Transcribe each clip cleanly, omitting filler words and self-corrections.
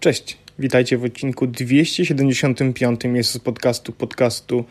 Cześć, witajcie w odcinku 275 jest z podcastu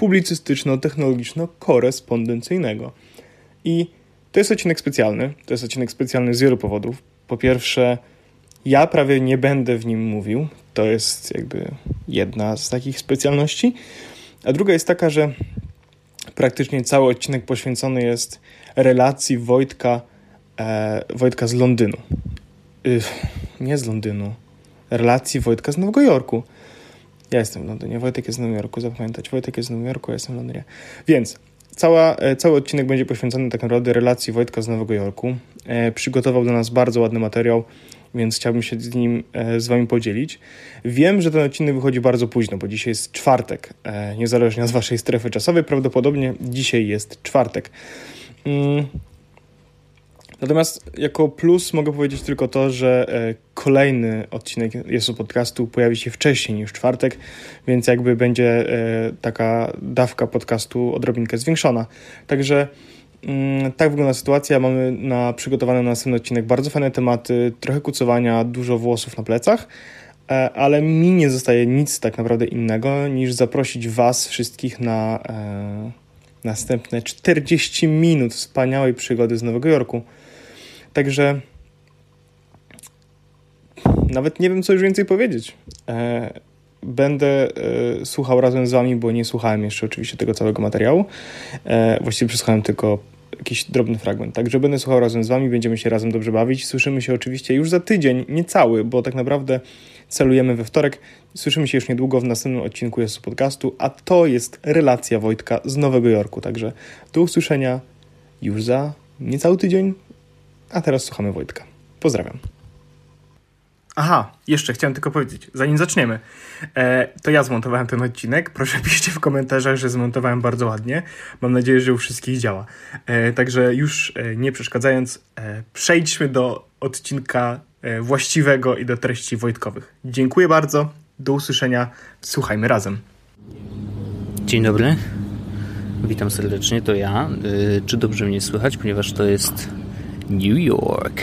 publicystyczno-technologiczno-korespondencyjnego. I to jest odcinek specjalny. To jest odcinek specjalny z wielu powodów. Po pierwsze, ja prawie nie będę w nim mówił. To jest jakby jedna z takich specjalności. A druga jest taka, że praktycznie cały odcinek poświęcony jest relacji Wojtka z Londynu. Nie z Londynu. Relacji Wojtka z Nowego Jorku. Ja jestem w Londynie, Wojtek jest w Nowym Jorku, zapamiętać. Wojtek jest w Nowym Jorku, ja jestem w Londynie. Więc cały odcinek będzie poświęcony tak naprawdę relacji Wojtka z Nowego Jorku. Przygotował do nas bardzo ładny materiał, więc chciałbym się z wami podzielić. Wiem, że ten odcinek wychodzi bardzo późno, bo dzisiaj jest czwartek. Niezależnie od waszej strefy czasowej, prawdopodobnie dzisiaj jest czwartek. Natomiast jako plus mogę powiedzieć tylko to, że kolejny odcinek Jesu Podcastu pojawi się wcześniej niż w czwartek, więc jakby będzie taka dawka podcastu odrobinkę zwiększona. Także tak wygląda sytuacja. Mamy przygotowany na następny odcinek bardzo fajne tematy, trochę kucowania, dużo włosów na plecach, ale mi nie zostaje nic tak naprawdę innego niż zaprosić was wszystkich na następne 40 minut wspaniałej przygody z Nowego Jorku. Także nawet nie wiem, co już więcej powiedzieć. Będę słuchał razem z wami, bo nie słuchałem jeszcze oczywiście tego całego materiału. Właściwie przesłuchałem tylko jakiś drobny fragment. Także będę słuchał razem z wami, będziemy się razem dobrze bawić. Słyszymy się oczywiście już za tydzień, nie cały, bo tak naprawdę celujemy we wtorek. Słyszymy się już niedługo w następnym odcinku Jesu Podcastu, a to jest relacja Wojtka z Nowego Jorku. Także do usłyszenia już za niecały tydzień. A teraz słuchamy Wojtka. Pozdrawiam. Aha, jeszcze chciałem tylko powiedzieć, zanim zaczniemy, to ja zmontowałem ten odcinek. Proszę piszcie w komentarzach, że zmontowałem bardzo ładnie. Mam nadzieję, że u wszystkich działa. Także już nie przeszkadzając, przejdźmy do odcinka właściwego i do treści Wojtkowych. Dziękuję bardzo, do usłyszenia, słuchajmy razem. Dzień dobry, witam serdecznie, to ja. Czy dobrze mnie słychać, ponieważ to jest New York.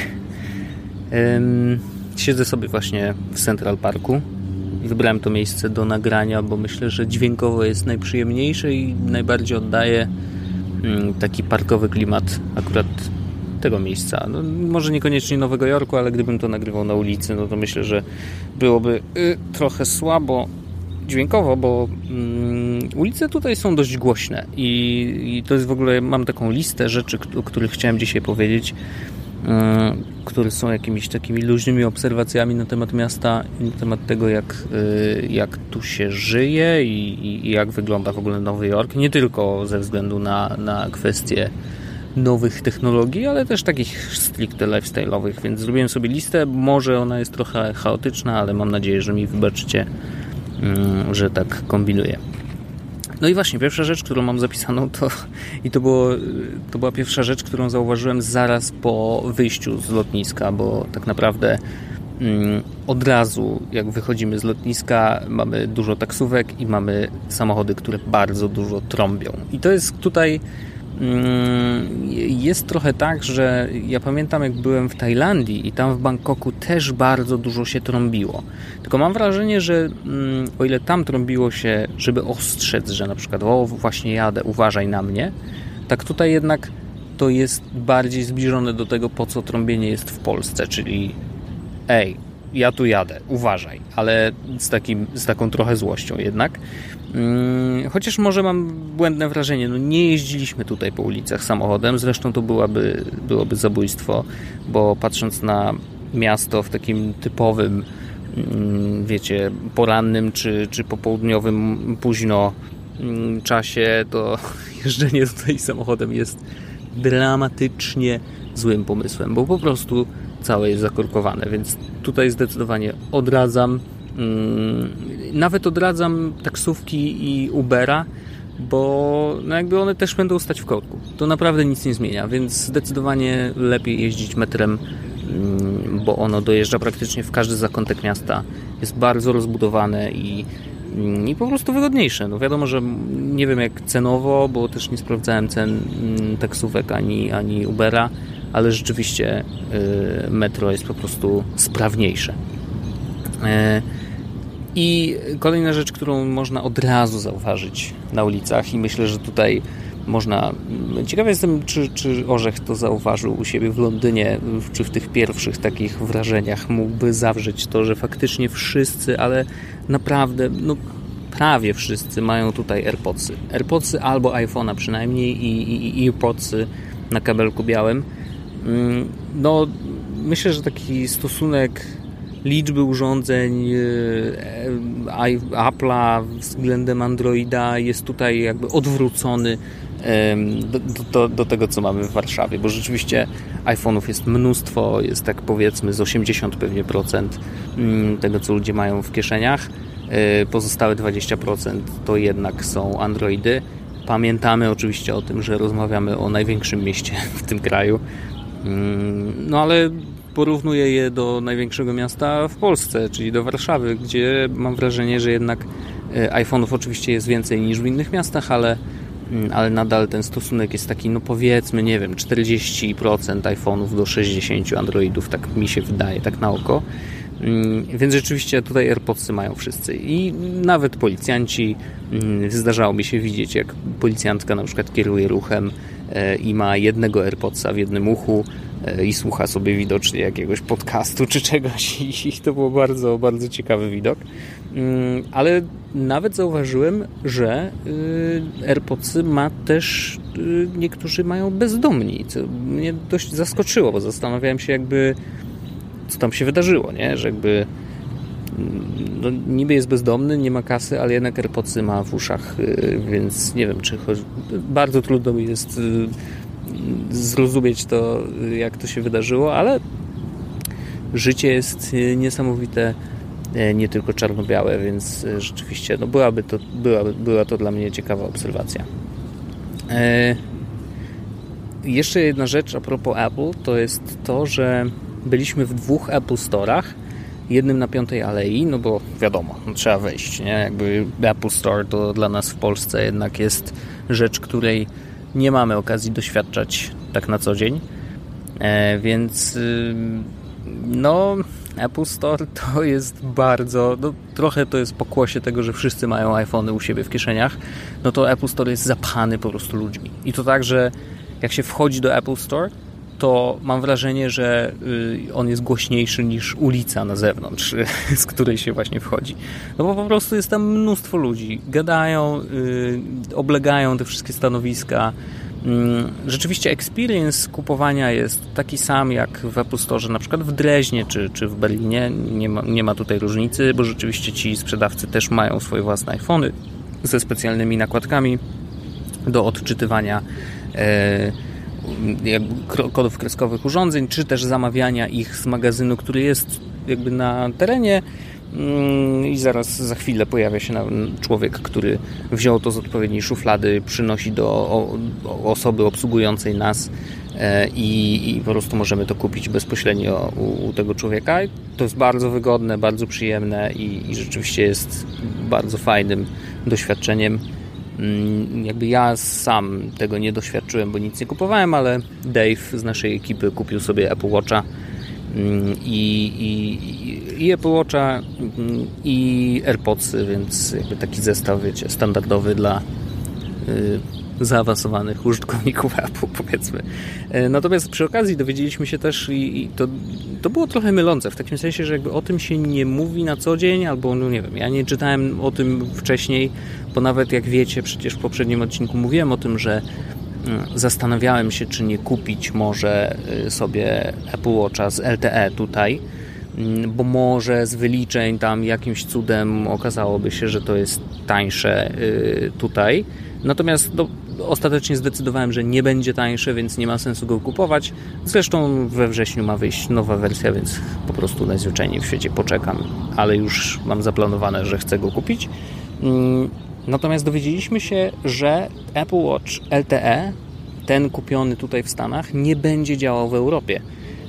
Siedzę sobie właśnie w Central Parku. Wybrałem to miejsce do nagrania, bo myślę, że dźwiękowo jest najprzyjemniejsze i najbardziej oddaje taki parkowy klimat akurat tego miejsca. No, może niekoniecznie Nowego Jorku, ale gdybym to nagrywał na ulicy, no to myślę, że byłoby trochę słabo dźwiękowo, bo ulice tutaj są dość głośne i to jest w ogóle, mam taką listę rzeczy, o których chciałem dzisiaj powiedzieć, które są jakimiś takimi luźnymi obserwacjami na temat miasta i na temat tego, jak tu się żyje i jak wygląda w ogóle Nowy Jork. Nie tylko ze względu na kwestie nowych technologii, ale też takich stricte lifestyle'owych, więc zrobiłem sobie listę. Może ona jest trochę chaotyczna, ale mam nadzieję, że mi wybaczycie, że tak kombinuję. No i właśnie, pierwsza rzecz, którą mam zapisaną, to była pierwsza rzecz, którą zauważyłem zaraz po wyjściu z lotniska, bo tak naprawdę od razu, jak wychodzimy z lotniska, mamy dużo taksówek i mamy samochody, które bardzo dużo trąbią. I to jest tutaj... Jest trochę tak, że ja pamiętam, jak byłem w Tajlandii i tam w Bangkoku też bardzo dużo się trąbiło. Tylko mam wrażenie, że o ile tam trąbiło się, żeby ostrzec, że na przykład właśnie jadę, uważaj na mnie, tak tutaj jednak to jest bardziej zbliżone do tego, po co trąbienie jest w Polsce, czyli ej, ja tu jadę, uważaj, ale z taką trochę złością jednak. Chociaż może mam błędne wrażenie, no nie jeździliśmy tutaj po ulicach samochodem, zresztą to byłoby zabójstwo, bo patrząc na miasto w takim typowym, wiecie, porannym czy popołudniowym późno czasie, to jeżdżenie tutaj samochodem jest dramatycznie złym pomysłem, bo po prostu całe jest zakorkowane, więc tutaj zdecydowanie odradzam. Nawet odradzam taksówki i Ubera, bo no jakby one też będą stać w korku. To naprawdę nic nie zmienia, więc zdecydowanie lepiej jeździć metrem, bo ono dojeżdża praktycznie w każdy zakątek miasta. Jest bardzo rozbudowane i po prostu wygodniejsze. No wiadomo, że nie wiem jak cenowo, bo też nie sprawdzałem cen taksówek ani Ubera, ale rzeczywiście metro jest po prostu sprawniejsze. I kolejna rzecz, którą można od razu zauważyć na ulicach i myślę, że tutaj można... Ciekawy jestem, czy Orzech to zauważył u siebie w Londynie, czy w tych pierwszych takich wrażeniach mógłby zawrzeć to, że faktycznie wszyscy, ale naprawdę, prawie wszyscy mają tutaj AirPodsy. AirPodsy albo iPhone'a przynajmniej i AirPodsy na kabelku białym. Myślę, że taki stosunek liczby urządzeń Apple'a względem Androida jest tutaj jakby odwrócony do tego, co mamy w Warszawie, bo rzeczywiście iPhone'ów jest mnóstwo, jest tak powiedzmy z 80% pewnie procent tego, co ludzie mają w kieszeniach. Pozostałe 20% to jednak są Androidy. Pamiętamy oczywiście o tym, że rozmawiamy o największym mieście w tym kraju, ale porównuję je do największego miasta w Polsce, czyli do Warszawy, gdzie mam wrażenie, że jednak iPhone'ów oczywiście jest więcej niż w innych miastach, ale nadal ten stosunek jest taki, powiedzmy, 40% iPhone'ów do 60% Androidów, tak mi się wydaje, tak na oko. Więc rzeczywiście tutaj AirPodsy mają wszyscy i nawet policjanci. Zdarzało mi się widzieć, jak policjantka na przykład kieruje ruchem i ma jednego AirPodsa w jednym uchu i słucha sobie widocznie jakiegoś podcastu czy czegoś i to był bardzo, bardzo ciekawy widok. Ale nawet zauważyłem, że AirPodsy ma też niektórzy mają bezdomni, co mnie dość zaskoczyło, bo zastanawiałem się co tam się wydarzyło, nie? Że niby jest bezdomny, nie ma kasy, ale jednak AirPodsy ma w uszach, więc nie wiem, bardzo trudno mi jest zrozumieć to, jak to się wydarzyło, ale życie jest niesamowite, nie tylko czarno-białe, więc rzeczywiście była to dla mnie ciekawa obserwacja. Jeszcze jedna rzecz a propos Apple, to jest to, że byliśmy w 2 Apple Store'ach, jednym na Piątej Alei, bo wiadomo, trzeba wejść, nie? Jakby Apple Store to dla nas w Polsce jednak jest rzecz, której nie mamy okazji doświadczać tak na co dzień, więc Apple Store to jest bardzo, trochę to jest pokłosie tego, że wszyscy mają iPhony u siebie w kieszeniach, to Apple Store jest zapchany po prostu ludźmi i to tak, że jak się wchodzi do Apple Store, to mam wrażenie, że on jest głośniejszy niż ulica na zewnątrz, z której się właśnie wchodzi. Bo po prostu jest tam mnóstwo ludzi. Gadają, oblegają te wszystkie stanowiska. Rzeczywiście experience kupowania jest taki sam jak w Apple Store, na przykład w Dreźnie czy w Berlinie. Nie ma tutaj różnicy, bo rzeczywiście ci sprzedawcy też mają swoje własne iPhony ze specjalnymi nakładkami do odczytywania kodów kreskowych urządzeń, czy też zamawiania ich z magazynu, który jest jakby na terenie i za chwilę pojawia się człowiek, który wziął to z odpowiedniej szuflady, przynosi do osoby obsługującej nas i po prostu możemy to kupić bezpośrednio u tego człowieka. To jest bardzo wygodne, bardzo przyjemne i rzeczywiście jest bardzo fajnym doświadczeniem. Jakby ja sam tego nie doświadczyłem, bo nic nie kupowałem, ale Dave z naszej ekipy kupił sobie Apple Watcha i Apple Watcha i AirPodsy, więc jakby taki zestaw, standardowy dla zaawansowanych użytkowników Apple, powiedzmy. Natomiast przy okazji dowiedzieliśmy się też i to było trochę mylące, w takim sensie, że jakby o tym się nie mówi na co dzień, albo nie wiem, ja nie czytałem o tym wcześniej, bo nawet jak wiecie, przecież w poprzednim odcinku mówiłem o tym, że zastanawiałem się, czy nie kupić może sobie Apple Watcha z LTE tutaj, bo może z wyliczeń tam jakimś cudem okazałoby się, że to jest tańsze tutaj. Natomiast ostatecznie zdecydowałem, że nie będzie tańsze, więc nie ma sensu go kupować. Zresztą we wrześniu ma wyjść nowa wersja, więc po prostu najzwyczajniej w świecie poczekam, ale już mam zaplanowane, że chcę go kupić. Natomiast dowiedzieliśmy się, że Apple Watch LTE, ten kupiony tutaj w Stanach, nie będzie działał w Europie.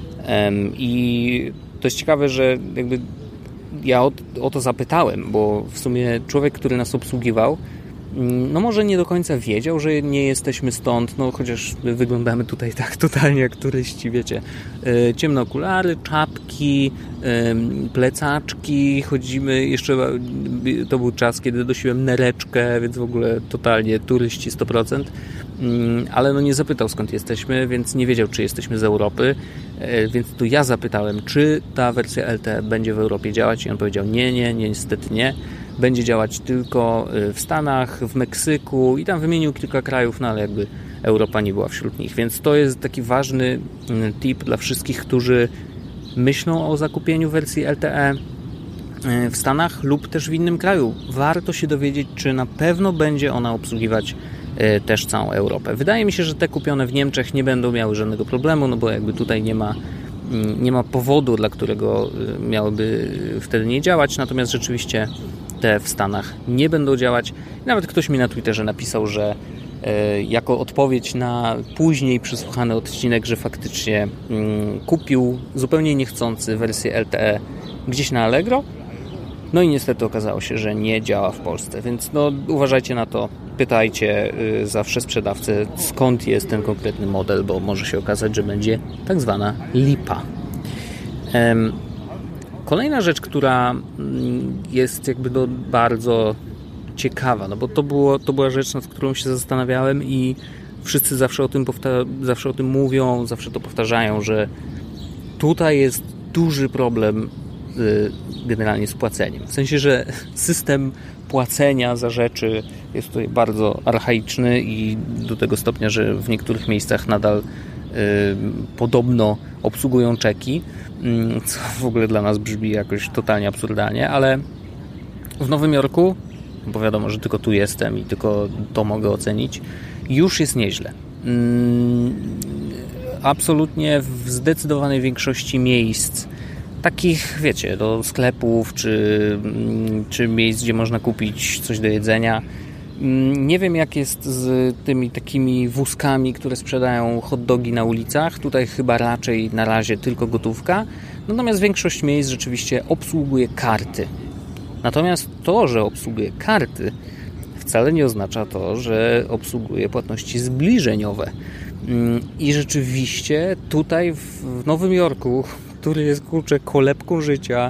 I to jest ciekawe, że jakby ja o to zapytałem, bo w sumie człowiek, który nas obsługiwał, no może nie do końca wiedział, że nie jesteśmy stąd, no chociaż wyglądamy tutaj tak totalnie jak turyści, wiecie. Ciemne okulary, czapki, plecaczki, chodzimy, jeszcze to był czas, kiedy nosiłem nereczkę, więc w ogóle totalnie turyści 100%, ale no nie zapytał, skąd jesteśmy, więc nie wiedział, czy jesteśmy z Europy, więc tu ja zapytałem, czy ta wersja LTE będzie w Europie działać i on powiedział nie, niestety nie. Będzie działać tylko w Stanach, w Meksyku i tam wymienił kilka krajów, no ale jakby Europa nie była wśród nich. Więc to jest taki ważny tip dla wszystkich, którzy myślą o zakupieniu wersji LTE w Stanach lub też w innym kraju. Warto się dowiedzieć, czy na pewno będzie ona obsługiwać też całą Europę. Wydaje mi się, że te kupione w Niemczech nie będą miały żadnego problemu, no bo jakby tutaj nie ma powodu, dla którego miałyby wtedy nie działać, natomiast rzeczywiście te w Stanach nie będą działać. Nawet ktoś mi na Twitterze napisał, że jako odpowiedź na później przesłuchany odcinek, że faktycznie kupił zupełnie niechcący wersję LTE gdzieś na Allegro. No i niestety okazało się, że nie działa w Polsce, więc no uważajcie na to, pytajcie zawsze sprzedawcę, skąd jest ten konkretny model, bo może się okazać, że będzie tak zwana lipa. Kolejna rzecz, która jest jakby bardzo ciekawa, no bo to była rzecz, nad którą się zastanawiałem i wszyscy zawsze o tym mówią, zawsze to powtarzają, że tutaj jest duży problem generalnie z płaceniem. W sensie, że system płacenia za rzeczy jest tutaj bardzo archaiczny i do tego stopnia, że w niektórych miejscach nadal podobno obsługują czeki, co w ogóle dla nas brzmi jakoś totalnie absurdalnie, ale w Nowym Jorku, bo wiadomo, że tylko tu jestem i tylko to mogę ocenić, już jest nieźle. Absolutnie w zdecydowanej większości miejsc takich, wiecie, do sklepów czy miejsc, gdzie można kupić coś do jedzenia. Nie wiem, jak jest z tymi takimi wózkami, które sprzedają hot dogi na ulicach. Tutaj chyba raczej na razie tylko gotówka. Natomiast większość miejsc rzeczywiście obsługuje karty. Natomiast to, że obsługuje karty, wcale nie oznacza to, że obsługuje płatności zbliżeniowe. I rzeczywiście tutaj w Nowym Jorku, który jest, kolebką życia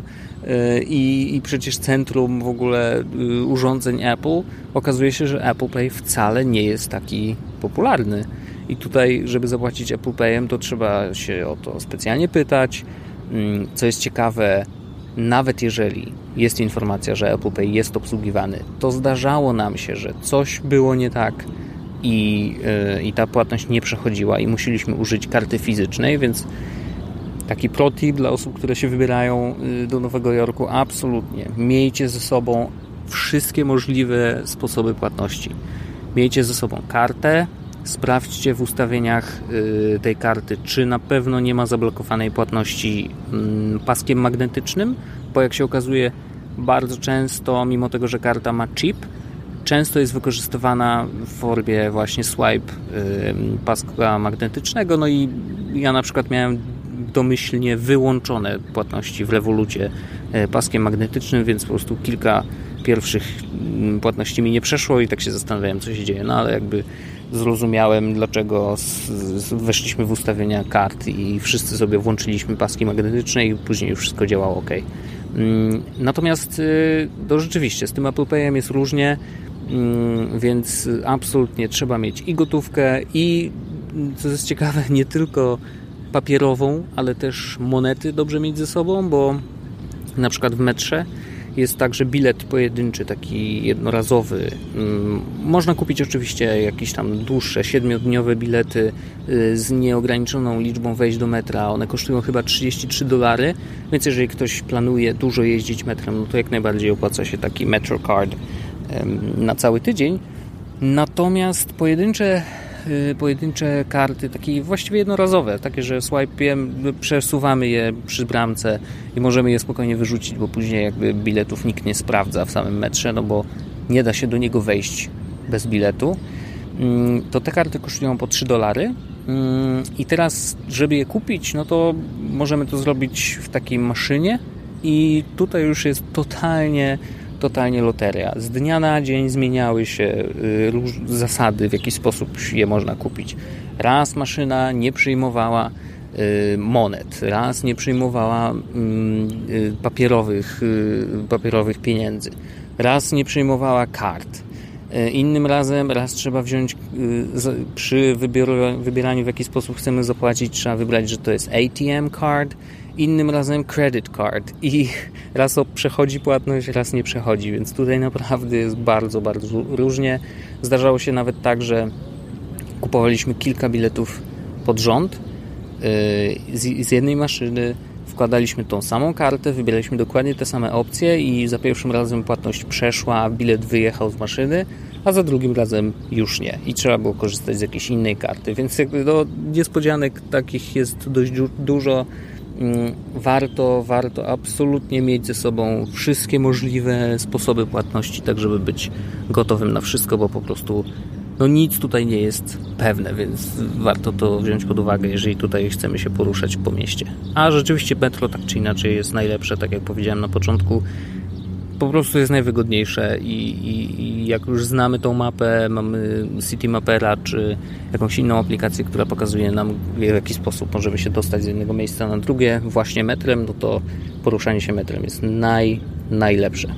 i przecież centrum w ogóle urządzeń Apple, okazuje się, że Apple Pay wcale nie jest taki popularny. I tutaj, żeby zapłacić Apple Payem, to trzeba się o to specjalnie pytać. Co jest ciekawe, nawet jeżeli jest informacja, że Apple Pay jest obsługiwany, to zdarzało nam się, że coś było nie tak i ta płatność nie przechodziła i musieliśmy użyć karty fizycznej, więc taki pro tip dla osób, które się wybierają do Nowego Jorku, absolutnie. Miejcie ze sobą wszystkie możliwe sposoby płatności. Miejcie ze sobą kartę, sprawdźcie w ustawieniach tej karty, czy na pewno nie ma zablokowanej płatności paskiem magnetycznym, bo jak się okazuje, bardzo często, mimo tego, że karta ma chip, często jest wykorzystywana w formie właśnie swipe paska magnetycznego, no i ja na przykład miałem domyślnie wyłączone płatności w Revolucie paskiem magnetycznym, więc po prostu kilka pierwszych płatności mi nie przeszło i tak się zastanawiałem, co się dzieje, no ale jakby zrozumiałem, dlaczego weszliśmy w ustawienia kart i wszyscy sobie włączyliśmy paski magnetyczne i później już wszystko działało ok. Natomiast to rzeczywiście z tym Apple Payem jest różnie, więc absolutnie trzeba mieć i gotówkę, i co jest ciekawe, nie tylko papierową, ale też monety dobrze mieć ze sobą, bo na przykład w metrze jest także bilet pojedynczy, taki jednorazowy. Można kupić oczywiście jakieś tam dłuższe, 7-dniowe bilety z nieograniczoną liczbą wejść do metra. One kosztują chyba $33, więc jeżeli ktoś planuje dużo jeździć metrem, no to jak najbardziej opłaca się taki Metro Card na cały tydzień. Natomiast pojedyncze karty, takie właściwie jednorazowe, takie, że swipe'iem przesuwamy je przy bramce i możemy je spokojnie wyrzucić, bo później jakby biletów nikt nie sprawdza w samym metrze, no bo nie da się do niego wejść bez biletu, to te karty kosztują po $3 i teraz, żeby je kupić, no to możemy to zrobić w takiej maszynie i tutaj już jest totalnie totalnie loteria. Z dnia na dzień zmieniały się zasady, w jaki sposób je można kupić. Raz maszyna nie przyjmowała monet, raz nie przyjmowała papierowych pieniędzy, raz nie przyjmowała kart. Innym razem raz trzeba wziąć przy wybieraniu, w jaki sposób chcemy zapłacić, trzeba wybrać, że to jest ATM card, innym razem credit card i raz przechodzi płatność, raz nie przechodzi, więc tutaj naprawdę jest bardzo, bardzo różnie. Zdarzało się nawet tak, że kupowaliśmy kilka biletów pod rząd z jednej maszyny, wkładaliśmy tą samą kartę, wybieraliśmy dokładnie te same opcje i za pierwszym razem płatność przeszła, bilet wyjechał z maszyny, a za drugim razem już nie. I trzeba było korzystać z jakiejś innej karty. Więc jakby niespodzianek takich jest dość dużo. Warto absolutnie mieć ze sobą wszystkie możliwe sposoby płatności, tak żeby być gotowym na wszystko, bo po prostu nic tutaj nie jest pewne, więc warto to wziąć pod uwagę, jeżeli tutaj chcemy się poruszać po mieście. A rzeczywiście metro tak czy inaczej jest najlepsze, tak jak powiedziałem na początku, po prostu jest najwygodniejsze i jak już znamy tą mapę, mamy Citymapera czy jakąś inną aplikację, która pokazuje nam, w jaki sposób możemy się dostać z jednego miejsca na drugie właśnie metrem, to poruszanie się metrem jest najlepsze.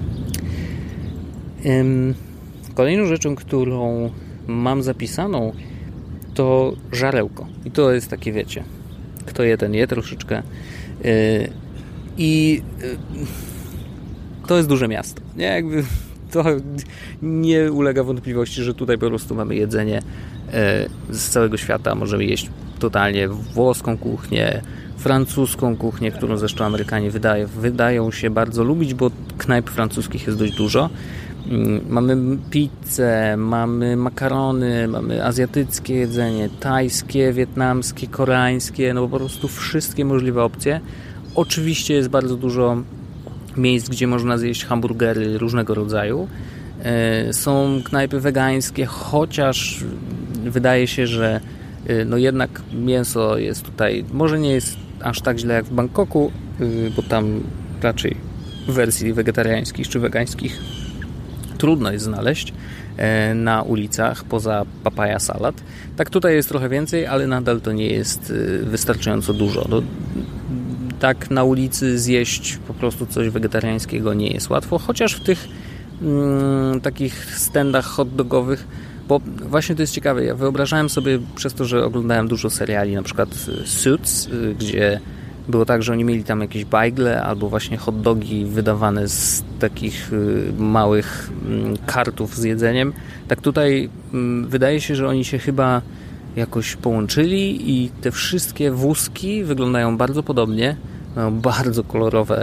Kolejną rzeczą, którą mam zapisaną, to żarełko. I to jest takie, wiecie, kto je, ten je troszeczkę. To jest duże miasto. Nie? Jakby to nie ulega wątpliwości, że tutaj po prostu mamy jedzenie z całego świata. Możemy jeść totalnie włoską kuchnię, francuską kuchnię, którą zresztą Amerykanie wydają się bardzo lubić, bo knajp francuskich jest dość dużo. Mamy pizzę, mamy makarony, mamy azjatyckie jedzenie, tajskie, wietnamskie, koreańskie, po prostu wszystkie możliwe opcje. Oczywiście jest bardzo dużo miejsc, gdzie można zjeść hamburgery różnego rodzaju. Są knajpy wegańskie, chociaż wydaje się, że jednak mięso jest tutaj, może nie jest aż tak źle jak w Bangkoku, bo tam raczej wersji wegetariańskich czy wegańskich trudno jest znaleźć na ulicach poza papaya salad. Tak, tutaj jest trochę więcej, ale nadal to nie jest wystarczająco dużo. Tak na ulicy zjeść po prostu coś wegetariańskiego nie jest łatwo, chociaż w tych takich standach hot dogowych, bo właśnie to jest ciekawe, ja wyobrażałem sobie przez to, że oglądałem dużo seriali, na przykład Suits, gdzie było tak, że oni mieli tam jakieś bajgle albo właśnie hot dogi wydawane z takich małych kartów z jedzeniem. Tak tutaj wydaje się, że oni się chyba jakoś połączyli i te wszystkie wózki wyglądają bardzo podobnie. Mają bardzo kolorowe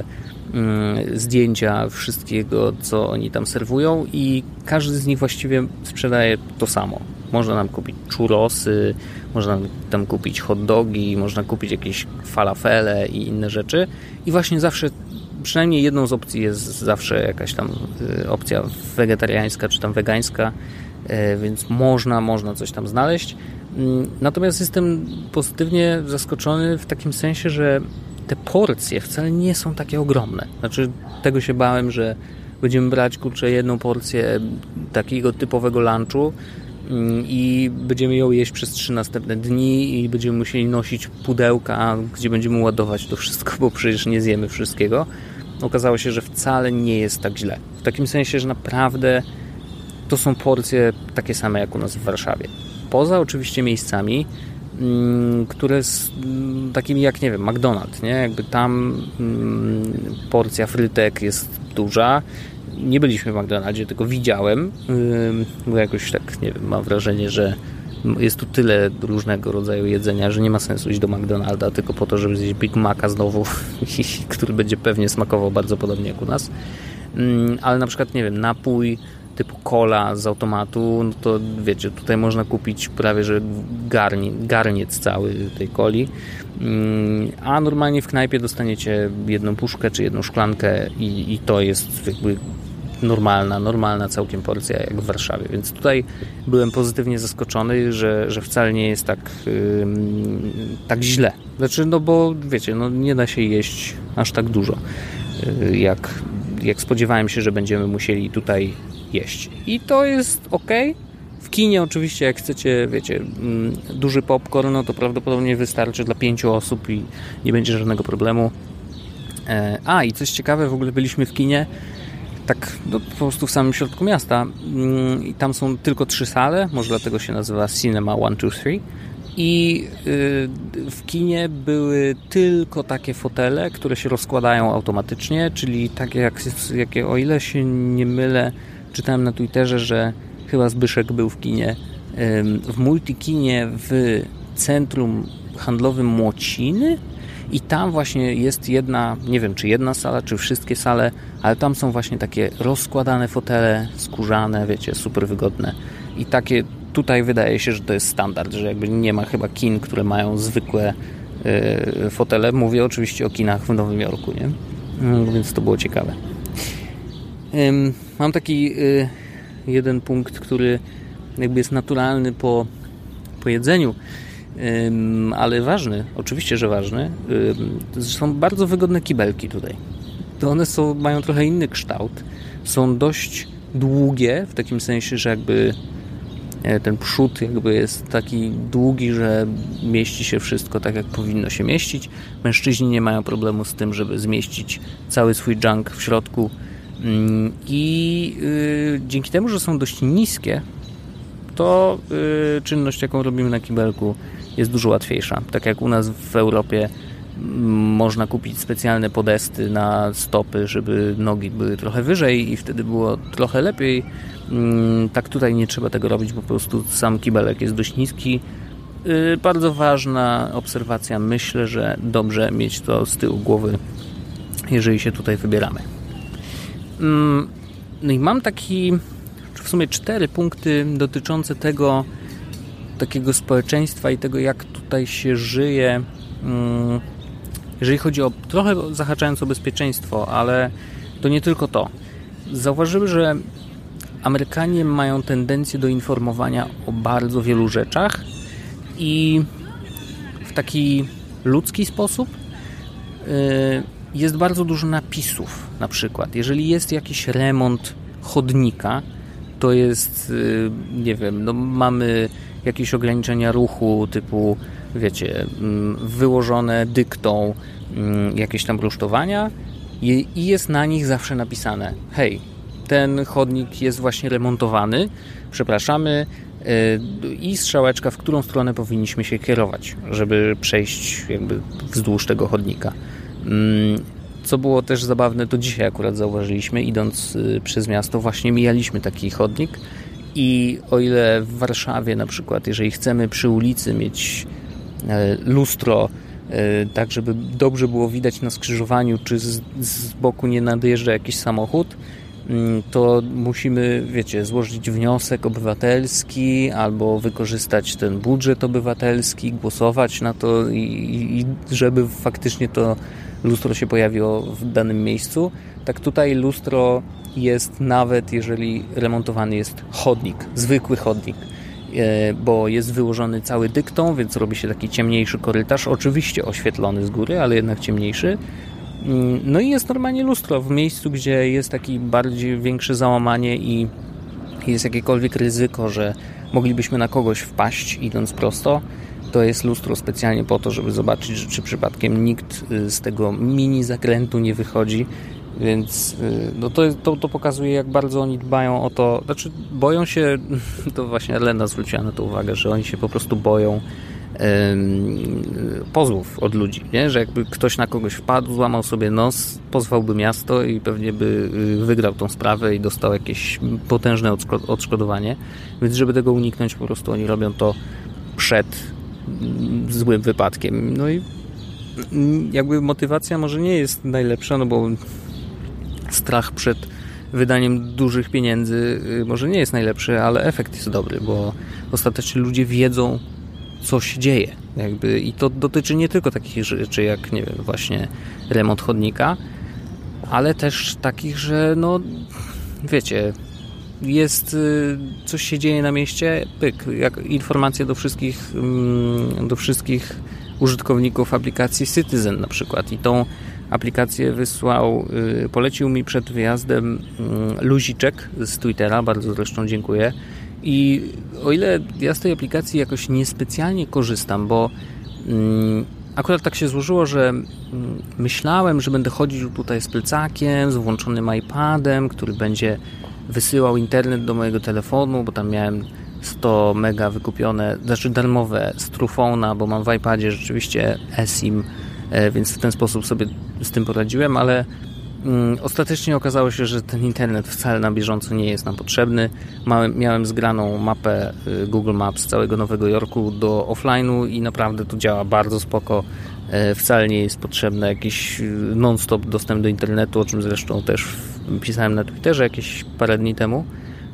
zdjęcia wszystkiego, co oni tam serwują i każdy z nich właściwie sprzedaje to samo. Można nam kupić churrosy, można tam kupić hot dogi, można kupić jakieś falafele i inne rzeczy. I właśnie zawsze, przynajmniej jedną z opcji jest zawsze jakaś tam opcja wegetariańska czy tam wegańska, więc można coś tam znaleźć. Natomiast jestem pozytywnie zaskoczony w takim sensie, że te porcje wcale nie są takie ogromne. Znaczy, tego się bałem, że będziemy brać, jedną porcję takiego typowego lunchu i będziemy ją jeść przez 3 następne dni i będziemy musieli nosić pudełka, gdzie będziemy ładować to wszystko, bo przecież nie zjemy wszystkiego. Okazało się, że wcale nie jest tak źle. W takim sensie, że naprawdę to są porcje takie same jak u nas w Warszawie. Poza oczywiście miejscami, które takimi jak, nie wiem, McDonald's, nie? Jakby tam porcja frytek jest duża. Nie byliśmy w McDonaldzie, tylko widziałem, bo jakoś tak, nie wiem, mam wrażenie, że jest tu tyle różnego rodzaju jedzenia, że nie ma sensu iść do McDonalda tylko po to, żeby zjeść Big Maca znowu, który będzie pewnie smakował bardzo podobnie jak u nas. Ale na przykład, nie wiem, napój typu cola z automatu, to wiecie, tutaj można kupić prawie że garniec cały tej coli, a normalnie w knajpie dostaniecie jedną puszkę czy jedną szklankę i to jest jakby normalna całkiem porcja jak w Warszawie, więc tutaj byłem pozytywnie zaskoczony, że wcale nie jest tak źle. Znaczy, bo wiecie, nie da się jeść aż tak dużo jak spodziewałem się, że będziemy musieli tutaj jeść. I to jest okej. W kinie oczywiście, jak chcecie, wiecie, duży popcorn, no to prawdopodobnie wystarczy dla 5 osób i nie będzie żadnego problemu. I coś ciekawe, w ogóle byliśmy w kinie tak no, po prostu w samym środku miasta i tam są tylko 3 sale, może dlatego się nazywa Cinema 1, 2, 3 i w kinie były tylko takie fotele, które się rozkładają automatycznie, czyli takie jakie, o ile się nie mylę, czytałem na Twitterze, że chyba Zbyszek był w kinie, w Multikinie w centrum handlowym Młociny i tam właśnie jest jedna, nie wiem czy jedna sala, czy wszystkie sale, ale tam są właśnie takie rozkładane fotele, skórzane, wiecie, super wygodne i takie tutaj wydaje się, że to jest standard, że jakby nie ma chyba kin, które mają zwykłe fotele. Mówię oczywiście o kinach w Nowym Jorku, nie? Więc to było ciekawe. Mam taki jeden punkt, który jakby jest naturalny po jedzeniu, ale ważny, oczywiście, że ważny. Są bardzo wygodne kibelki tutaj. To one mają trochę inny kształt. Są dość długie, w takim sensie, że jakby ten przód jakby jest taki długi, że mieści się wszystko tak, jak powinno się mieścić. Mężczyźni nie mają problemu z tym, żeby zmieścić cały swój junk w środku. I dzięki temu, że są dość niskie, to czynność, jaką robimy na kibelku, jest dużo łatwiejsza. Tak jak u nas w Europie można kupić specjalne podesty na stopy, żeby nogi były trochę wyżej i wtedy było trochę lepiej. Tak tutaj nie trzeba tego robić, bo po prostu sam kibelek jest dość niski. Bardzo ważna obserwacja. Myślę, że dobrze mieć to z tyłu głowy, jeżeli się tutaj wybieramy. No i mam w sumie 4 punkty dotyczące tego takiego społeczeństwa i tego, jak tutaj się żyje, jeżeli chodzi o trochę zahaczając o bezpieczeństwo, ale to nie tylko to. Zauważyłem, że Amerykanie mają tendencję do informowania o bardzo wielu rzeczach i w taki ludzki sposób. Jest bardzo dużo napisów, na przykład. Jeżeli jest jakiś remont chodnika, to jest, nie wiem, no mamy jakieś ograniczenia ruchu typu, wiecie, wyłożone dyktą jakieś tam rusztowania i jest na nich zawsze napisane: hej, ten chodnik jest właśnie remontowany, przepraszamy, i strzałeczka, w którą stronę powinniśmy się kierować, żeby przejść jakby wzdłuż tego chodnika. Co było też zabawne, to dzisiaj akurat zauważyliśmy, idąc przez miasto, właśnie mijaliśmy taki chodnik i o ile w Warszawie na przykład, jeżeli chcemy przy ulicy mieć lustro, tak żeby dobrze było widać na skrzyżowaniu, czy z boku nie nadjeżdża jakiś samochód, to musimy, wiecie, złożyć wniosek obywatelski albo wykorzystać ten budżet obywatelski, głosować na to i żeby faktycznie to lustro się pojawiło w danym miejscu. Tak tutaj lustro jest nawet jeżeli remontowany jest chodnik, zwykły chodnik, bo jest wyłożony cały dyktą, więc robi się taki ciemniejszy korytarz, oczywiście oświetlony z góry, ale jednak ciemniejszy. No i jest normalnie lustro w miejscu, gdzie jest taki bardziej większe załamanie i jest jakiekolwiek ryzyko, że moglibyśmy na kogoś wpaść idąc prosto. To jest lustro specjalnie po to, żeby zobaczyć, czy przypadkiem nikt z tego mini zakrętu nie wychodzi. Więc no to pokazuje, jak bardzo oni dbają o to. Znaczy boją się, to właśnie Elena zwróciła na to uwagę, że oni się po prostu boją pozwów od ludzi, nie? Że jakby ktoś na kogoś wpadł, złamał sobie nos, pozwałby miasto i pewnie by wygrał tą sprawę i dostał jakieś potężne odszkodowanie. Więc żeby tego uniknąć, po prostu oni robią to przed złym wypadkiem. No i jakby motywacja może nie jest najlepsza, no bo strach przed wydaniem dużych pieniędzy może nie jest najlepszy, ale efekt jest dobry, bo ostatecznie ludzie wiedzą, co się dzieje. Jakby, i to dotyczy nie tylko takich rzeczy jak, nie wiem, właśnie remont chodnika, ale też takich, że no wiecie, jest coś się dzieje na mieście, pyk, jak informacje do wszystkich użytkowników aplikacji Citizen na przykład i tą aplikację polecił mi przed wyjazdem Luziczek z Twittera, bardzo zresztą dziękuję. I o ile ja z tej aplikacji jakoś niespecjalnie korzystam, bo akurat tak się złożyło, że myślałem, że będę chodził tutaj z plecakiem, z włączonym iPadem, który będzie wysyłał internet do mojego telefonu, bo tam miałem 100 mega wykupione, znaczy darmowe z Truphona, bo mam w iPadzie rzeczywiście eSIM, więc w ten sposób sobie z tym poradziłem, ale ostatecznie okazało się, że ten internet wcale na bieżąco nie jest nam potrzebny. Miałem zgraną mapę Google Maps z całego Nowego Jorku do offline'u i naprawdę to działa bardzo spoko. Wcale nie jest potrzebny jakiś non-stop dostęp do internetu, o czym zresztą też pisałem na Twitterze jakieś parę dni temu.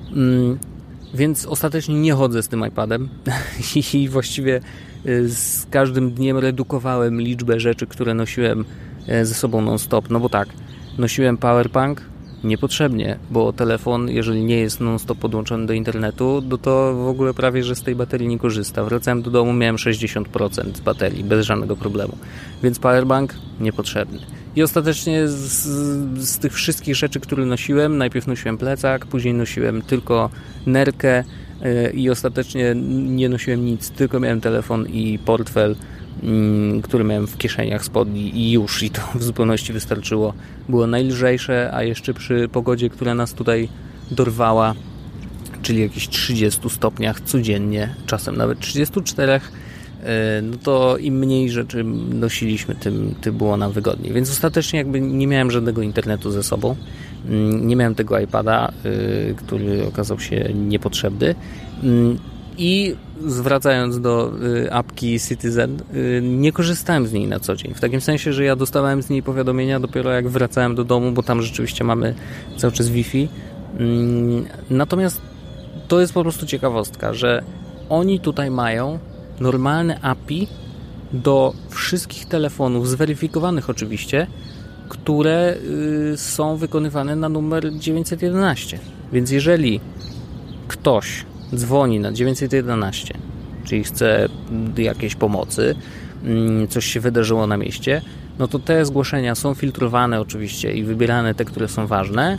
Więc ostatecznie nie chodzę z tym iPadem i właściwie z każdym dniem redukowałem liczbę rzeczy, które nosiłem ze sobą non-stop. No bo tak, nosiłem powerbank niepotrzebnie, bo telefon, jeżeli nie jest non-stop podłączony do internetu, to w ogóle prawie, że z tej baterii nie korzysta. Wracałem do domu, miałem 60% z baterii, bez żadnego problemu. Więc powerbank niepotrzebny. I ostatecznie z tych wszystkich rzeczy, które nosiłem, najpierw nosiłem plecak, później nosiłem tylko nerkę i ostatecznie nie nosiłem nic, tylko miałem telefon i portfel, który miałem w kieszeniach spodni i już, i to w zupełności wystarczyło. Było najlżejsze, a jeszcze przy pogodzie, która nas tutaj dorwała, czyli jakichś 30 stopniach codziennie, czasem nawet 34, no to im mniej rzeczy nosiliśmy, tym było nam wygodniej. Więc ostatecznie jakby nie miałem żadnego internetu ze sobą. Nie miałem tego iPada, który okazał się niepotrzebny. I zwracając do apki Citizen, nie korzystałem z niej na co dzień. W takim sensie, że ja dostawałem z niej powiadomienia dopiero jak wracałem do domu, bo tam rzeczywiście mamy cały czas Wi-Fi. Natomiast to jest po prostu ciekawostka, że oni tutaj mają normalne API do wszystkich telefonów, zweryfikowanych oczywiście, które są wykonywane na numer 911. Więc jeżeli ktoś dzwoni na 911, czyli chce jakiejś pomocy, coś się wydarzyło na mieście, no to te zgłoszenia są filtrowane oczywiście i wybierane te, które są ważne,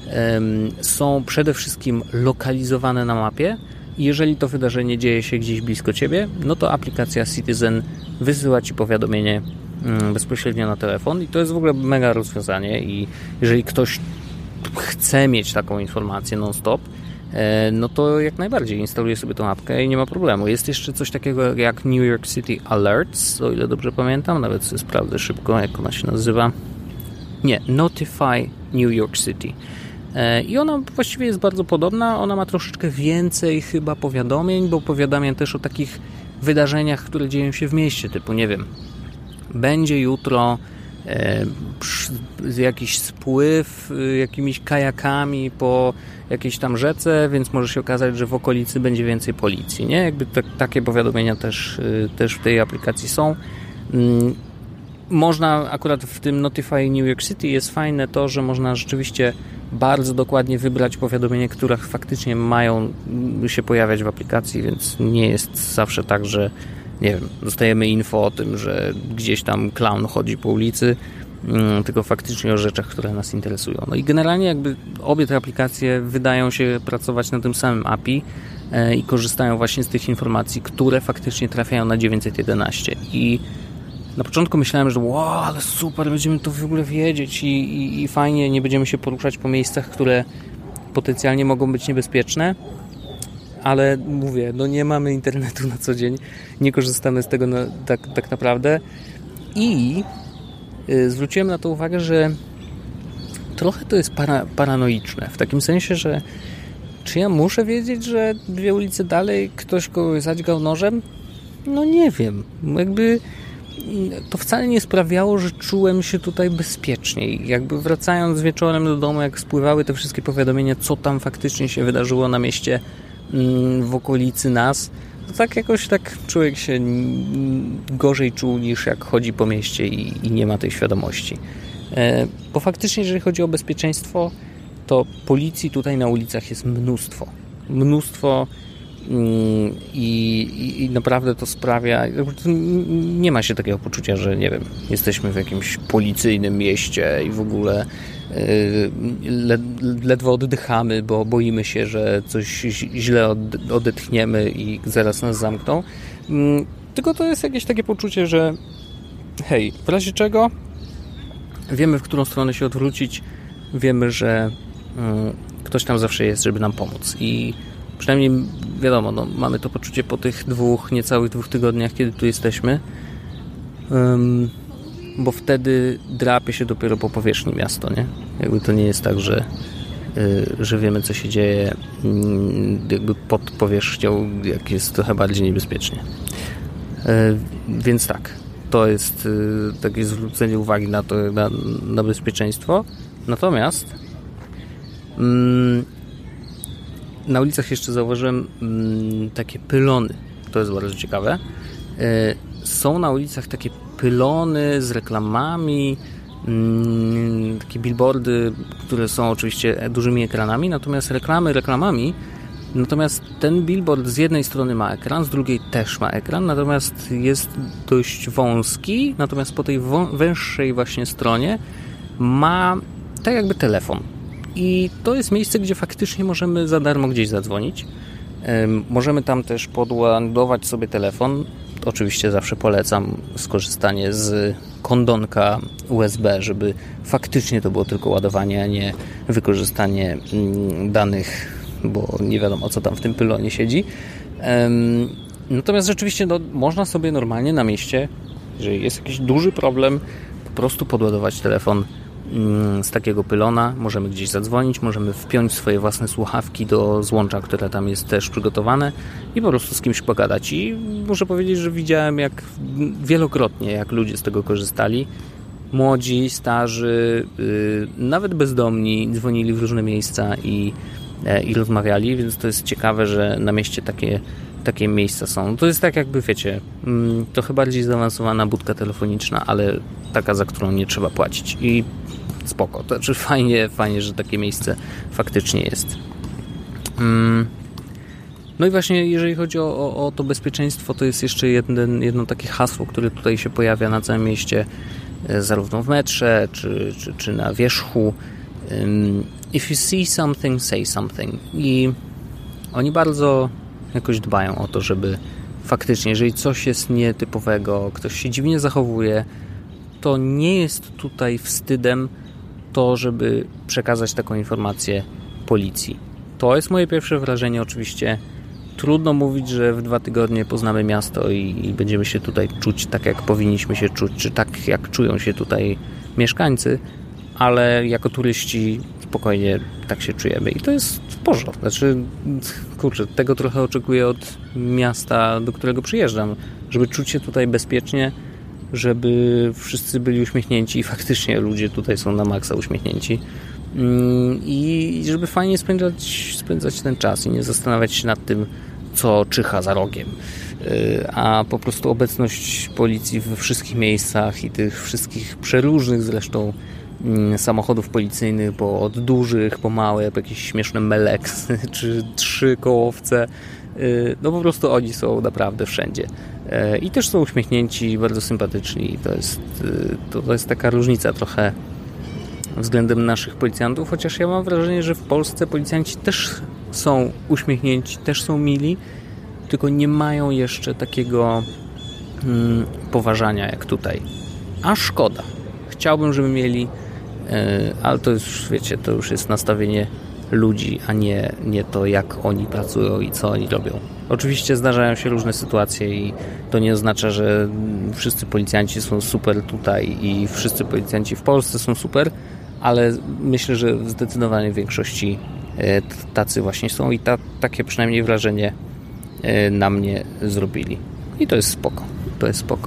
są przede wszystkim lokalizowane na mapie i jeżeli to wydarzenie dzieje się gdzieś blisko Ciebie, no to aplikacja Citizen wysyła Ci powiadomienie bezpośrednio na telefon i to jest w ogóle mega rozwiązanie i jeżeli ktoś chce mieć taką informację non-stop, no to jak najbardziej instaluje sobie tą apkę i nie ma problemu. Jest jeszcze coś takiego jak New York City Alerts, o ile dobrze pamiętam, nawet sobie sprawdzę szybko, jak ona się nazywa. Nie, Notify New York City. I ona właściwie jest bardzo podobna, ona ma troszeczkę więcej chyba powiadomień, bo powiadamia też o takich wydarzeniach, które dzieją się w mieście, typu nie wiem, będzie jutro jakiś spływ jakimiś kajakami po jakiejś tam rzece, więc może się okazać, że w okolicy będzie więcej policji, nie? Jakby takie powiadomienia też w tej aplikacji są. Można akurat w tym Notify New York City jest fajne to, że można rzeczywiście bardzo dokładnie wybrać powiadomienia, które faktycznie mają się pojawiać w aplikacji, więc nie jest zawsze tak, że nie wiem, dostajemy info o tym, że gdzieś tam klaun chodzi po ulicy, tylko faktycznie o rzeczach, które nas interesują. No i generalnie jakby obie te aplikacje wydają się pracować na tym samym API i korzystają właśnie z tych informacji, które faktycznie trafiają na 911. I na początku myślałem, że wow, ale super, będziemy to w ogóle wiedzieć i fajnie, nie będziemy się poruszać po miejscach, które potencjalnie mogą być niebezpieczne, ale mówię, no nie mamy internetu na co dzień, nie korzystamy z tego tak naprawdę i zwróciłem na to uwagę, że trochę to jest paranoiczne, w takim sensie, że czy ja muszę wiedzieć, że 2 ulice dalej ktoś kogoś zadźgał nożem? No nie wiem, jakby to wcale nie sprawiało, że czułem się tutaj bezpieczniej. Jakby wracając wieczorem do domu, jak spływały te wszystkie powiadomienia, co tam faktycznie się wydarzyło na mieście w okolicy nas, to tak jakoś tak człowiek się gorzej czuł niż jak chodzi po mieście i nie ma tej świadomości. Bo faktycznie, jeżeli chodzi o bezpieczeństwo, to policji tutaj na ulicach jest mnóstwo I naprawdę to sprawia, nie ma się takiego poczucia, że nie wiem, jesteśmy w jakimś policyjnym mieście i w ogóle ledwo oddychamy, bo boimy się, że coś źle odetchniemy i zaraz nas zamkną. Tylko to jest jakieś takie poczucie, że hej, w razie czego wiemy, w którą stronę się odwrócić, wiemy, że ktoś tam zawsze jest, żeby nam pomóc. I przynajmniej wiadomo, no, mamy to poczucie po tych niecałych 2 tygodniach, kiedy tu jesteśmy, bo wtedy drapie się dopiero po powierzchni miasto, nie? Jakby to nie jest tak, że wiemy, co się dzieje jakby pod powierzchnią, jak jest trochę bardziej niebezpiecznie. Więc tak, to jest takie zwrócenie uwagi na to, na bezpieczeństwo. Natomiast na ulicach jeszcze zauważyłem takie pylony. To jest bardzo ciekawe. Są na ulicach takie pylony z reklamami, takie billboardy, które są oczywiście dużymi ekranami, natomiast reklamami. Natomiast ten billboard z jednej strony ma ekran, z drugiej też ma ekran, natomiast jest dość wąski, natomiast po tej węższej właśnie stronie ma tak jakby telefon. I to jest miejsce, gdzie faktycznie możemy za darmo gdzieś zadzwonić. Możemy tam też podładować sobie telefon. Oczywiście zawsze polecam skorzystanie z kondonka USB, żeby faktycznie to było tylko ładowanie, a nie wykorzystanie danych, bo nie wiadomo, co tam w tym pylonie siedzi. Natomiast rzeczywiście można sobie normalnie na mieście, jeżeli jest jakiś duży problem, po prostu podładować telefon z takiego pylona, możemy gdzieś zadzwonić, możemy wpiąć swoje własne słuchawki do złącza, które tam jest też przygotowane i po prostu z kimś pogadać. I muszę powiedzieć, że widziałem wielokrotnie, jak ludzie z tego korzystali. Młodzi, starzy, nawet bezdomni dzwonili w różne miejsca i rozmawiali, więc to jest ciekawe, że na mieście takie miejsca są. To jest tak jakby, wiecie, trochę bardziej zaawansowana budka telefoniczna, ale taka, za którą nie trzeba płacić. I spoko. To znaczy fajnie, że takie miejsce faktycznie jest. No i właśnie, jeżeli chodzi o to bezpieczeństwo, to jest jeszcze jedno takie hasło, które tutaj się pojawia na całym mieście, zarówno w metrze, czy na wierzchu. If you see something, say something. I oni bardzo jakoś dbają o to, żeby faktycznie, jeżeli coś jest nietypowego, ktoś się dziwnie zachowuje, to nie jest tutaj wstydem to, żeby przekazać taką informację policji. To jest moje pierwsze wrażenie. Oczywiście trudno mówić, że w 2 tygodnie poznamy miasto i będziemy się tutaj czuć tak, jak powinniśmy się czuć, czy tak, jak czują się tutaj mieszkańcy, ale jako turyści spokojnie tak się czujemy i to jest w porządku. Znaczy, kurczę, tego trochę oczekuję od miasta, do którego przyjeżdżam, żeby czuć się tutaj bezpiecznie, żeby wszyscy byli uśmiechnięci i faktycznie ludzie tutaj są na maksa uśmiechnięci i żeby fajnie spędzać ten czas i nie zastanawiać się nad tym, co czyha za rogiem, a po prostu obecność policji we wszystkich miejscach i tych wszystkich przeróżnych zresztą samochodów policyjnych, bo od dużych po małe, po jakieś śmieszne meleksy czy 3-kołowce, no po prostu oni są naprawdę wszędzie i też są uśmiechnięci, bardzo sympatyczni. To jest taka różnica trochę względem naszych policjantów, chociaż ja mam wrażenie, że w Polsce policjanci też są uśmiechnięci, też są mili, tylko nie mają jeszcze takiego poważania jak tutaj. A szkoda. Chciałbym, żeby mieli, ale to już, wiecie, to już jest nastawienie ludzi, a nie to, jak oni pracują i co oni robią. Oczywiście zdarzają się różne sytuacje i to nie oznacza, że wszyscy policjanci są super tutaj i wszyscy policjanci w Polsce są super, ale myślę, że w zdecydowanej większości tacy właśnie są i takie przynajmniej wrażenie na mnie zrobili. I to jest spoko. To jest spoko.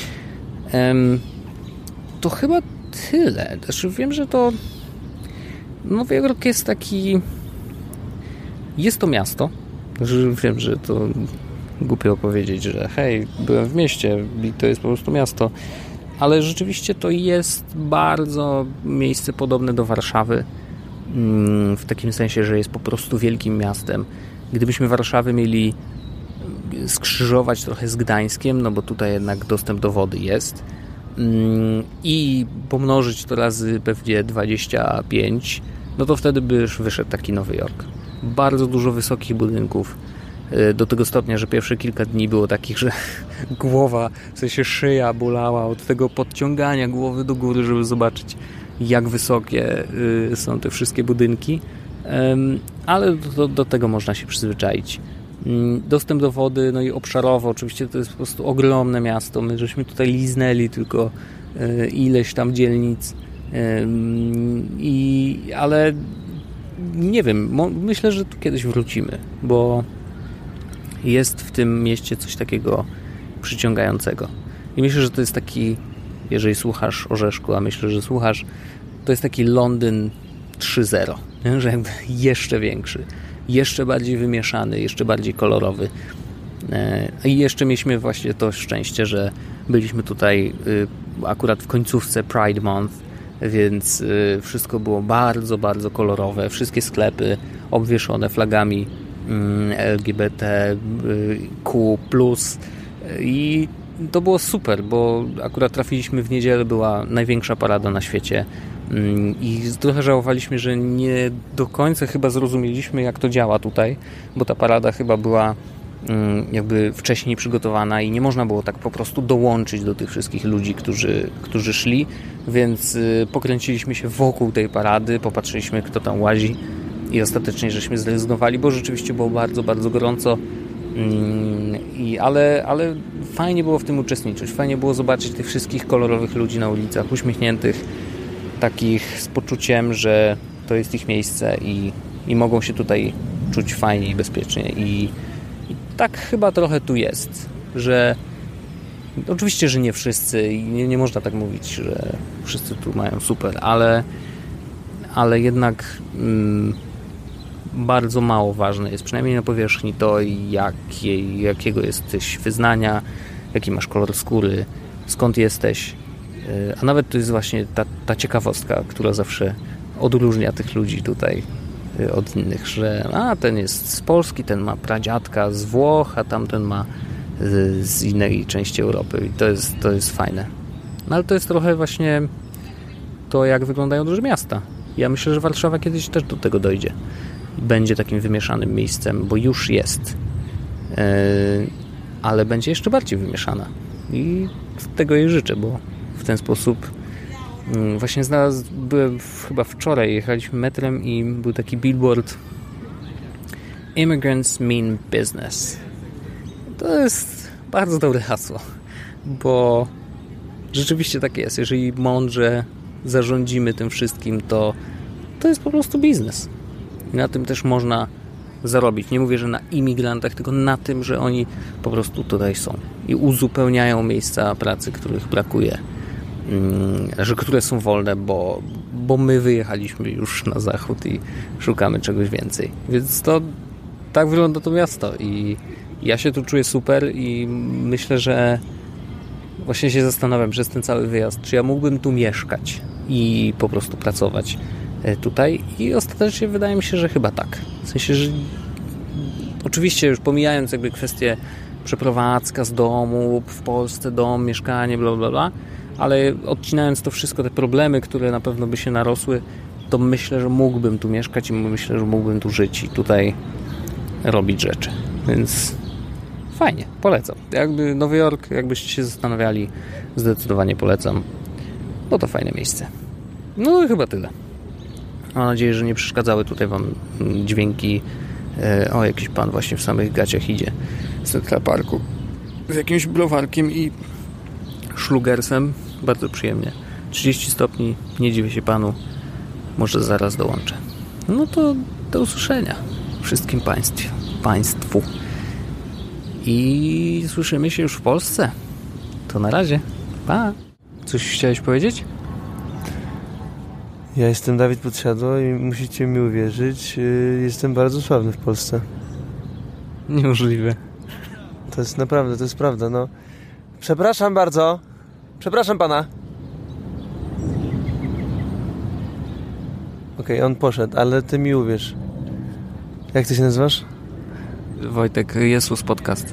To chyba tyle. Znaczy, wiem, że to Nowy Jork jest taki... Jest to miasto. Wiem, że to głupio powiedzieć, że hej, byłem w mieście i to jest po prostu miasto. Ale rzeczywiście to jest bardzo miejsce podobne do Warszawy. W takim sensie, że jest po prostu wielkim miastem. Gdybyśmy Warszawę mieli skrzyżować trochę z Gdańskiem, no bo tutaj jednak dostęp do wody jest, i pomnożyć to razy pewnie 25, no to wtedy by już wyszedł taki Nowy Jork. Bardzo dużo wysokich budynków, do tego stopnia, że pierwsze kilka dni było takich, że głowa, w sensie szyja bolała od tego podciągania głowy do góry, żeby zobaczyć, jak wysokie są te wszystkie budynki, ale do tego można się przyzwyczaić. Dostęp do wody, no i obszarowo, oczywiście to jest po prostu ogromne miasto. My żeśmy tutaj liznęli tylko ileś tam dzielnic, ale nie wiem, myślę, że tu kiedyś wrócimy, bo jest w tym mieście coś takiego przyciągającego. I myślę, że to jest taki, jeżeli słuchasz Orzeszku, a myślę, że słuchasz, to jest taki Londyn 3.0, nie? Że jakby jeszcze większy, jeszcze bardziej wymieszany, jeszcze bardziej kolorowy. I jeszcze mieliśmy właśnie to szczęście, że byliśmy tutaj akurat w końcówce Pride Month, więc wszystko było bardzo, bardzo kolorowe. Wszystkie sklepy obwieszone flagami LGBTQ+, i to było super, bo akurat trafiliśmy w niedzielę, była największa parada na świecie i trochę żałowaliśmy, że nie do końca chyba zrozumieliśmy, jak to działa tutaj, bo ta parada chyba była jakby wcześniej przygotowana i nie można było tak po prostu dołączyć do tych wszystkich ludzi, którzy szli, więc pokręciliśmy się wokół tej parady, popatrzyliśmy, kto tam łazi i ostatecznie żeśmy zrezygnowali, bo rzeczywiście było bardzo, bardzo gorąco, ale fajnie było w tym uczestniczyć, fajnie było zobaczyć tych wszystkich kolorowych ludzi na ulicach, uśmiechniętych, takich z poczuciem, że to jest ich miejsce i mogą się tutaj czuć fajnie i bezpiecznie i tak chyba trochę tu jest, że oczywiście, że nie wszyscy i nie można tak mówić, że wszyscy tu mają super, ale jednak bardzo mało ważne jest, przynajmniej na powierzchni, to jakiego jesteś wyznania, jaki masz kolor skóry, skąd jesteś, a nawet to jest właśnie ta ciekawostka, która zawsze odróżnia tych ludzi tutaj od innych, że ten jest z Polski, ten ma pradziadka z Włoch, a tamten ma z innej części Europy i to jest fajne. No ale to jest trochę właśnie to, jak wyglądają duże miasta. Ja myślę, że Warszawa kiedyś też do tego dojdzie. Będzie takim wymieszanym miejscem, bo już jest. Ale będzie jeszcze bardziej wymieszana. I tego jej życzę, bo w ten sposób właśnie byłem chyba wczoraj, jechaliśmy metrem i był taki billboard Immigrants mean business. To jest bardzo dobre hasło, bo rzeczywiście tak jest. Jeżeli mądrze zarządzimy tym wszystkim, to jest po prostu biznes. I na tym też można zarobić. Nie mówię, że na imigrantach, tylko na tym, że oni po prostu tutaj są i uzupełniają miejsca pracy, których brakuje, które są wolne, bo my wyjechaliśmy już na zachód i szukamy czegoś więcej. Więc tak wygląda to miasto i ja się tu czuję super i myślę, że właśnie się zastanawiam przez ten cały wyjazd, czy ja mógłbym tu mieszkać i po prostu pracować tutaj i ostatecznie wydaje mi się, że chyba tak. W sensie, że oczywiście już pomijając jakby kwestię przeprowadzka z domu, w Polsce dom, mieszkanie, bla bla bla, ale odcinając to wszystko, te problemy, które na pewno by się narosły, to myślę, że mógłbym tu mieszkać i myślę, że mógłbym tu żyć i tutaj robić rzeczy. Więc fajnie, polecam. Jakby Nowy Jork, jakbyście się zastanawiali, zdecydowanie polecam. Bo to fajne miejsce. No i chyba tyle. Mam nadzieję, że nie przeszkadzały tutaj wam dźwięki. Jakiś pan właśnie w samych gaciach idzie z Central Parku z jakimś browarkiem i szlugersem. Bardzo przyjemnie. 30 stopni, nie dziwię się panu. Może zaraz dołączę. No to do usłyszenia wszystkim państwu. I słyszymy się już w Polsce. To na razie. Pa. Coś chciałeś powiedzieć? Ja jestem Dawid Podsiadło i musicie mi uwierzyć, jestem bardzo sławny w Polsce. Niemożliwe. To jest naprawdę, to jest prawda, no. Przepraszam bardzo. Przepraszam pana. Okej, on poszedł, ale ty mi uwierz. Jak ty się nazywasz? Wojtek, Jesus Podcast.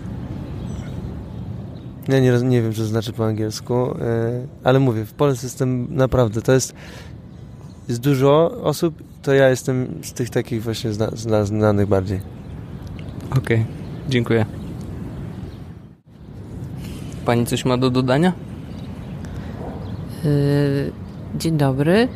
Ja nie wiem, co to znaczy po angielsku, ale mówię, w Polsce jestem naprawdę, to jest dużo osób, to ja jestem z tych takich właśnie znanych bardziej. Okej, dziękuję. Pani coś ma do dodania? Dzień dobry.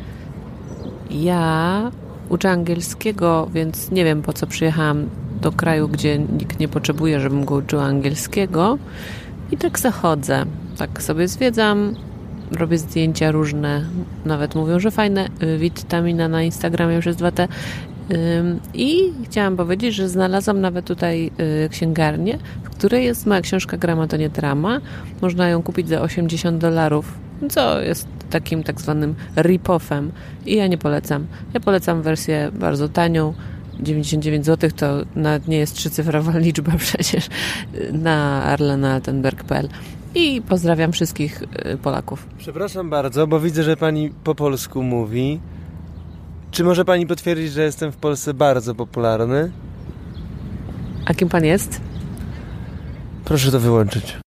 Ja uczę angielskiego, więc nie wiem, po co przyjechałam do kraju, gdzie nikt nie potrzebuje, żebym go uczyła angielskiego. I tak zachodzę. Tak sobie zwiedzam, robię zdjęcia różne. Nawet mówią, że fajne. Witamina na Instagramie przez 2T. I chciałam powiedzieć, że znalazłam nawet tutaj księgarnię, w której jest moja książka Grama to nie drama. Można ją kupić za $80, co jest takim tak zwanym rip-offem. I ja nie polecam. Ja polecam wersję bardzo tanią. 99 zł to nawet nie jest 3-cyfrowa liczba przecież, na arlenaltenberg.pl. I pozdrawiam wszystkich Polaków. Przepraszam bardzo, bo widzę, że pani po polsku mówi. Czy może pani potwierdzić, że jestem w Polsce bardzo popularny? A kim pan jest? Proszę to wyłączyć.